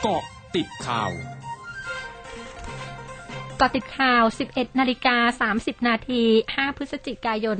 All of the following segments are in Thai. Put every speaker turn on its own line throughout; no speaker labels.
เกาะติดข่าว
11:30 นาที 5 พฤศจิกายน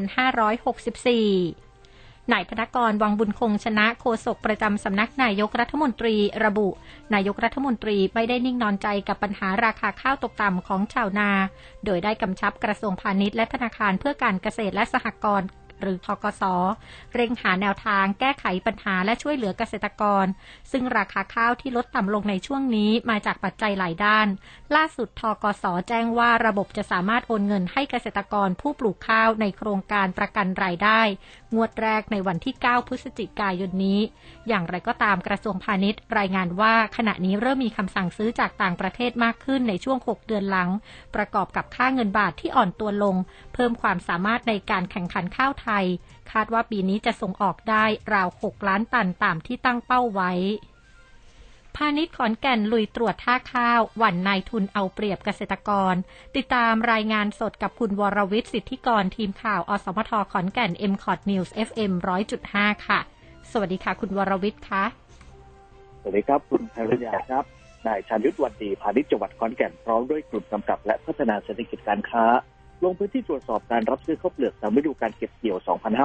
2564 นายธนกร วังบุญคงชนะโฆษกประจำสำนักนายกรัฐมนตรีระบุนายกรัฐมนตรีไม่ได้นิ่งนอนใจกับปัญหาราคาข้าวตกต่ำของชาวนาโดยได้กำชับกระทรวงพาณิชย์และธนาคารเพื่อการเกษตรและสหกรณ์หรือธกส.เร่งหาแนวทางแก้ไขปัญหาและช่วยเหลือเกษตรกรซึ่งราคาข้าวที่ลดต่ำลงในช่วงนี้มาจากปัจจัยหลายด้านล่าสุดธกส.แจ้งว่าระบบจะสามารถโอนเงินให้เกษตรกรผู้ปลูกข้าวในโครงการประกันรายได้งวดแรกในวันที่ 9 พฤศจิกายนนี้อย่างไรก็ตามกระทรวงพาณิชย์รายงานว่าขณะนี้เริ่มมีคำสั่งซื้อจากต่างประเทศมากขึ้นในช่วง 6 เดือนหลังประกอบกับค่าเงินบาทที่อ่อนตัวลงเพิ่มความสามารถในการแข่งขันข้าวไทยคาดว่าปีนี้จะส่งออกได้ราว 6 ล้านตันตามที่ตั้งเป้าไว้พาณิชย์ขอนแก่นลุยตรวจท่าข้าวหวั่นนายทุนเอาเปรียบเกษตรกรติดตามรายงานสดกับคุณวรวิทย์สิทธิกรทีมข่าวอสมทขอนแก่น MCOT News FM 100.5 ค่ะสวัสดีค่ะคุณวรวิทย์คะ
สวัสดีครับคุณภริยาครับนายชาญยุทธวันดีพาณิชย์จังหวัดขอนแก่นพร้อมด้วยกลุ่มกำกับและพัฒนาเศรษฐกิจการค้าลงพื้นที่ตรวจสอบการรับซื้อข้าวเปลือกตามฤดูกาลเก็บเกี่ยว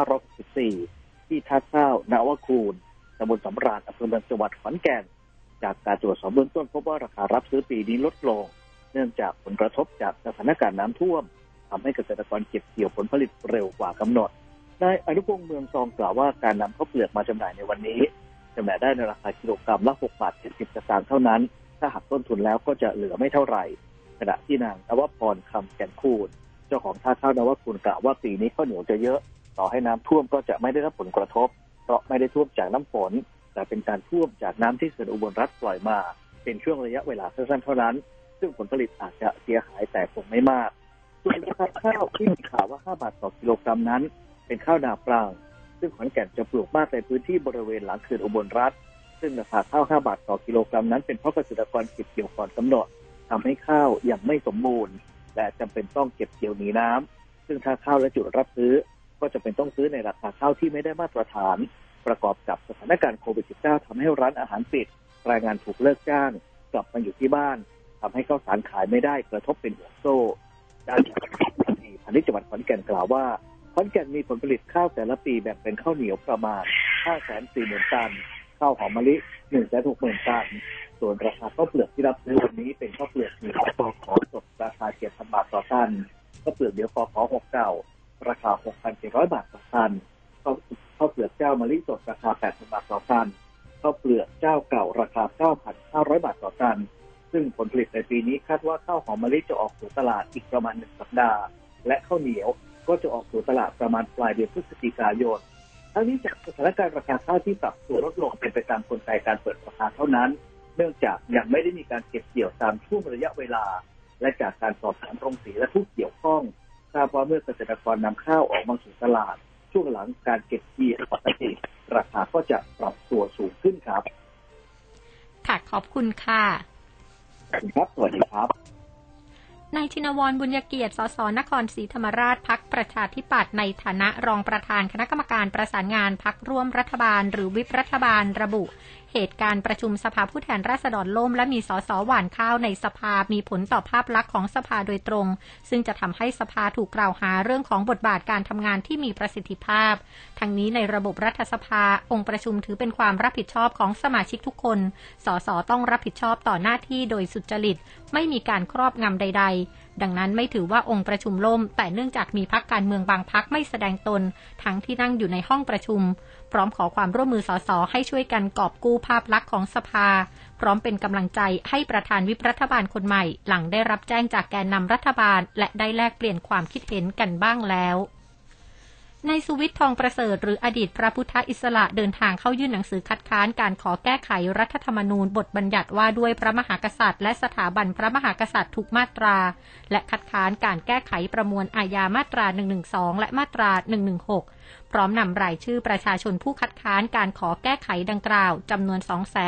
2564 ที่ท่าข้าวนาวคูนตำบลสำราญอำเภอเมืองจังหวัดขอนแก่นจากการตรวจสอบเบื้องต้นพบว่าราคารับซื้อปีนี้ลดลงเนื่องจากผลกระทบจากสถานการณ์น้ำท่วมทำให้เกษตรกรเก็บเกี่ยวผลผลิตเร็วกว่ากำหนดนายอนุพงษ์เมืองซองกล่าวว่าการนำข้าวเปลือกมาจำหน่ายในวันนี้จำหน่ายได้ในราคากิโลกรัมละ6 บาท 70 สตางค์เท่านั้นถ้าหักต้นทุนแล้วก็จะเหลือไม่เท่าไหร่ขณะที่นางนวพรคำแก่นคูนเจ้าของท่าข้าวนวคูนกล่าวว่าปีนี้ข้าวเหนียวจะเยอะต่อให้น้ำท่วมก็จะไม่ได้รับผลกระทบเพราะไม่ได้ท่วมจากน้ำฝนแต่เป็นการท่วมจากน้ำที่เขื่อนอุบลรัฐปล่อยมาเป็นช่วงระยะเวลาสั้นๆเท่านั้นซึ่งผลผลิตอาจจะเสียหายแต่คงไม่มากส่วนราคาข้าวที่มีข่าวว่า5 บาทต่อกิโลกรัมนั้นเป็นข้าวนาปรังซึ่งขอนแก่นจะปลูกมากในพื้นที่บริเวณหลังเขื่อนอุบลรัฐซึ่งราคาข้าว5 บาทต่อกิโลกรัมนั้นเป็นเพราะเกษตรกรเก็บเกี่ยวก่อนกำหนดทำให้ข้าวยังไม่สมบูรณ์และจำเป็นต้องเก็บเกี่ยวหนีน้ำซึ่งถ้าข้าวและจุดรับซื้อก็จะเป็นต้องซื้อในราคาข้าวที่ไม่ได้มาตรฐานประกอบกับสถานการณ์โควิด -19 ทำให้ร้านอาหารปิดแรงงานถูกเลิกจ้างกลับมาอยู่ที่บ้านทำให้ข้าวสารขายไม่ได้กระทบเป็นห่วงโซ่ด้านพาณิชย์จังหวัดขอนแก่นกล่าวว่าขอนแก่นมีผลผลิตข้าวแต่ละปีแบ่งเป็นข้าวเหนียวประมาณ 540,000 ตันข้าวหอมมะลิ 160,000 ตันส่วนราคาข้าวเปลือกที่รับซื้อวันนี้เป็นข้าวเปลือกเหนียวปขสดราคา 7,000 บาทต่อตันข้าวเปลือกเดียวปข6เก่าราคา 6,700 บาทต่อตันข้าวเปลือกเจ้ามะลิสดราคา 8,000 บาทต่อตันข้าวเปลือกเจ้าเก่าราคา 9,500 บาทต่อตันซึ่งผลผลิตในปีนี้คาดว่าข้าวหอมมะลิจะออกสู่ตลาดอีกประมาณ1 สัปดาห์และข้าวเหนียวก็จะออกสู่ตลาดประมาณปลายเดือนพฤศจิกายนทั้งนี้จากสถานการณ์ราคาข้าวที่ปรับตัวลดลงเป็นไปตามกลไกการเปิดราคาเท่านั้นเนื่องจากยังไม่ได้มีการเก็บเกี่ยวตามช่วงระยะเวลาและจากการสอบถามโรงสีและผู้เกี่ยวข้องทราบว่าเมื่อเกษตรกรนำข้าวออกมาสู่ตลาดช่วงหลังการเก็บเกี่ยวปกติราคาก็จะปรับตัวสูงขึ้นครับ
ค่ะขอบคุณค่ะ
ครับสวัสดีครับ
นายชินวร บุญเกียรติ สส นครศรีธรรมราชพรรคประชาธิปัตย์ในฐานะรองประธานคณะกรรมการประสานงานพรรคร่วมรัฐบาลหรือวิปรัฐบาลระบุเหตุการณ์ประชุมสภาผู้แทนราษฎรล่มและมีสสหว่านข้าวในสภามีผลต่อภาพลักษณ์ของสภาโดยตรงซึ่งจะทำให้สภาถูกกล่าวหาเรื่องของบทบาทการทำงานที่มีประสิทธิภาพทั้งนี้ในระบบรัฐสภาองค์ประชุมถือเป็นความรับผิดชอบของสมาชิกทุกคนสสต้องรับผิดชอบต่อหน้าที่โดยสุจริตไม่มีการครอบงำใดๆดังนั้นไม่ถือว่าองค์ประชุมล่มแต่เนื่องจากมีพรรคการเมืองบางพรรคไม่แสดงตนทั้งที่นั่งอยู่ในห้องประชุมพร้อมขอความร่วมมือสสให้ช่วยกันกอบกู้ภาพลักษณ์ของสภาพร้อมเป็นกำลังใจให้ประธานวิปรัฐบาลคนใหม่หลังได้รับแจ้งจากแกนนำรัฐบาลและได้แลกเปลี่ยนความคิดเห็นกันบ้างแล้วนายสุวิทย์ทองประเสริฐหรืออดีตพระพุทธอิสระเดินทางเข้ายื่นหนังสือคัดค้านการขอแก้ไขรัฐธรรมนูญบทบัญญัติว่าด้วยพระมหากษัตริย์และสถาบันพระมหากษัตริย์ทุกมาตราและคัดค้านการแก้ไขประมวลอาญามาตรา 112 และมาตรา 116 พร้อมนำรายชื่อประชาชนผู้คัดค้านการขอแก้ไขดังกล่าวจำนวน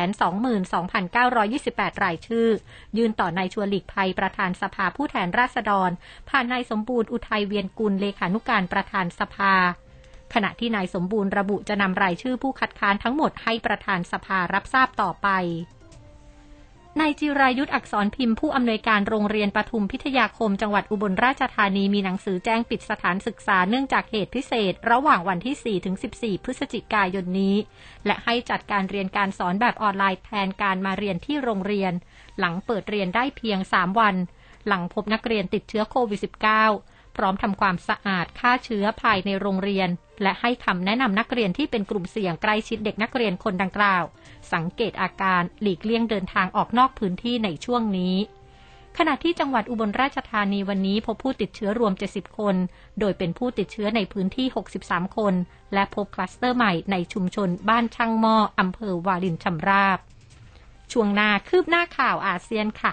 222,928 รายชื่อยื่นต่อนายชวนหลีกภัยประธานสภาผู้แทนราษฎรผ่านนายสมบูรณ์อุทัยเวียนกุลเลขานุการประธานสภาขณะที่นายสมบูรณ์ระบุจะนำรายชื่อผู้คัดค้านทั้งหมดให้ประธานสภารับทราบต่อไปนายจิรายุทธอักษรพิมพ์ผู้อำนวยการโรงเรียนปทุมพิทยาคมจังหวัดอุบลราชธานีมีหนังสือแจ้งปิดสถานศึกษาเนื่องจากเหตุพิเศษระหว่างวันที่ 4 ถึง 14 พฤศจิกายนนี้และให้จัดการเรียนการสอนแบบออนไลน์แทนการมาเรียนที่โรงเรียนหลังเปิดเรียนได้เพียง 3 วันหลังพบนักเรียนติดเชื้อโควิด -19 พร้อมทำความสะอาดฆ่าเชื้อภายในโรงเรียนและให้คำแนะนำนักเรียนที่เป็นกลุ่มเสี่ยงใกล้ชิดเด็กนักเรียนคนดังกล่าวสังเกตอาการหลีกเลี่ยงเดินทางออกนอกพื้นที่ในช่วงนี้ขณะที่จังหวัดอุบลราชธานีวันนี้พบผู้ติดเชื้อรวม70คนโดยเป็นผู้ติดเชื้อในพื้นที่63คนและพบคลัสเตอร์ใหม่ในชุมชนบ้านช่างหม้ออำเภอวารินชำราบช่วงหน้าคืบหน้าข่าวอาเซียนค่ะ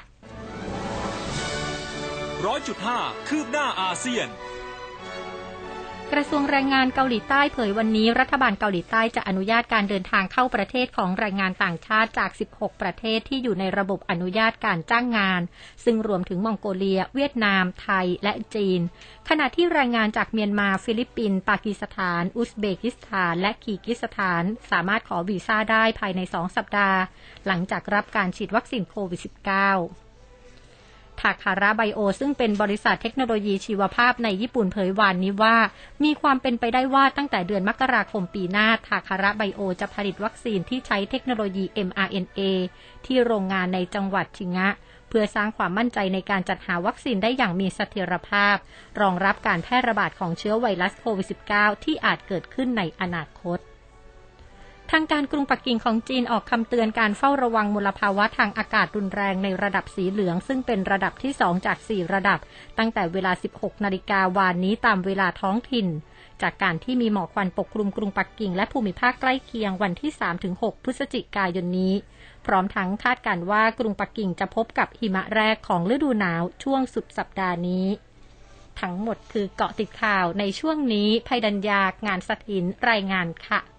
100.5 คืบหน้าอาเซียน
กระทรวงแรงงานเกาหลีใต้เผยวันนี้รัฐบาลเกาหลีใต้จะอนุญาตการเดินทางเข้าประเทศของแรงงานต่างชาติจาก16ประเทศที่อยู่ในระบบอนุญาตการจ้างงานซึ่งรวมถึงมองโกเลียเวียดนามไทยและจีนขณะที่แรงงานจากเมียนมาฟิลิปปินส์ปากีสถานอุซเบกิสถานและคีร์กิสถานสามารถขอวีซ่าได้ภายใน2สัปดาห์หลังจากรับการฉีดวัคซีนโควิด -19ทาคาระไบโอซึ่งเป็นบริษัทเทคโนโลยีชีวภาพในญี่ปุ่นเผยวันนี้ว่ามีความเป็นไปได้ว่าตั้งแต่เดือนมกราคมปีหน้าทาคาระไบโอจะผลิตวัคซีนที่ใช้เทคโนโลยี mRNA ที่โรงงานในจังหวัดชิงะเพื่อสร้างความมั่นใจในการจัดหาวัคซีนได้อย่างมีเสถียรภาพรองรับการแพร่ระบาดของเชื้อไวรัสโควิด -19 ที่อาจเกิดขึ้นในอนาคตทางการกรุงปักกิ่งของจีนออกคำเตือนการเฝ้าระวังมลภาวะทางอากาศรุนแรงในระดับสีเหลืองซึ่งเป็นระดับที่2จาก4ระดับตั้งแต่เวลา 16 นาฬิกาวานนี้ตามเวลาท้องถิ่นจากการที่มีหมอกควันปกคลุมกรุงปักกิ่งและภูมิภาคใกล้เคียงวันที่ 3-6 พฤศจิกายนนี้พร้อมทั้งคาดการณ์ว่ากรุงปักกิ่งจะพบกับหิมะแรกของฤดูหนาวช่วงสุดสัปดาห์นี้ทั้งหมดคือเกาะติดข่าวในช่วงนี้ภัยดัญญางานสถินรายงานค่ะ